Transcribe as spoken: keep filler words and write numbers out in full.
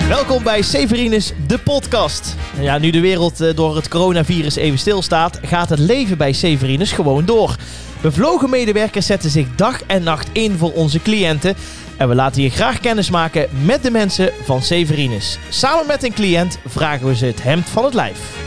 Welkom bij Severinus, de podcast. Ja, nu de wereld door het coronavirus even stilstaat, gaat het leven bij Severinus gewoon door. Bevlogen medewerkers zetten zich dag en nacht in voor onze cliënten. En we laten je graag kennis maken met de mensen van Severinus. Samen met een cliënt vragen we ze het hemd van het lijf.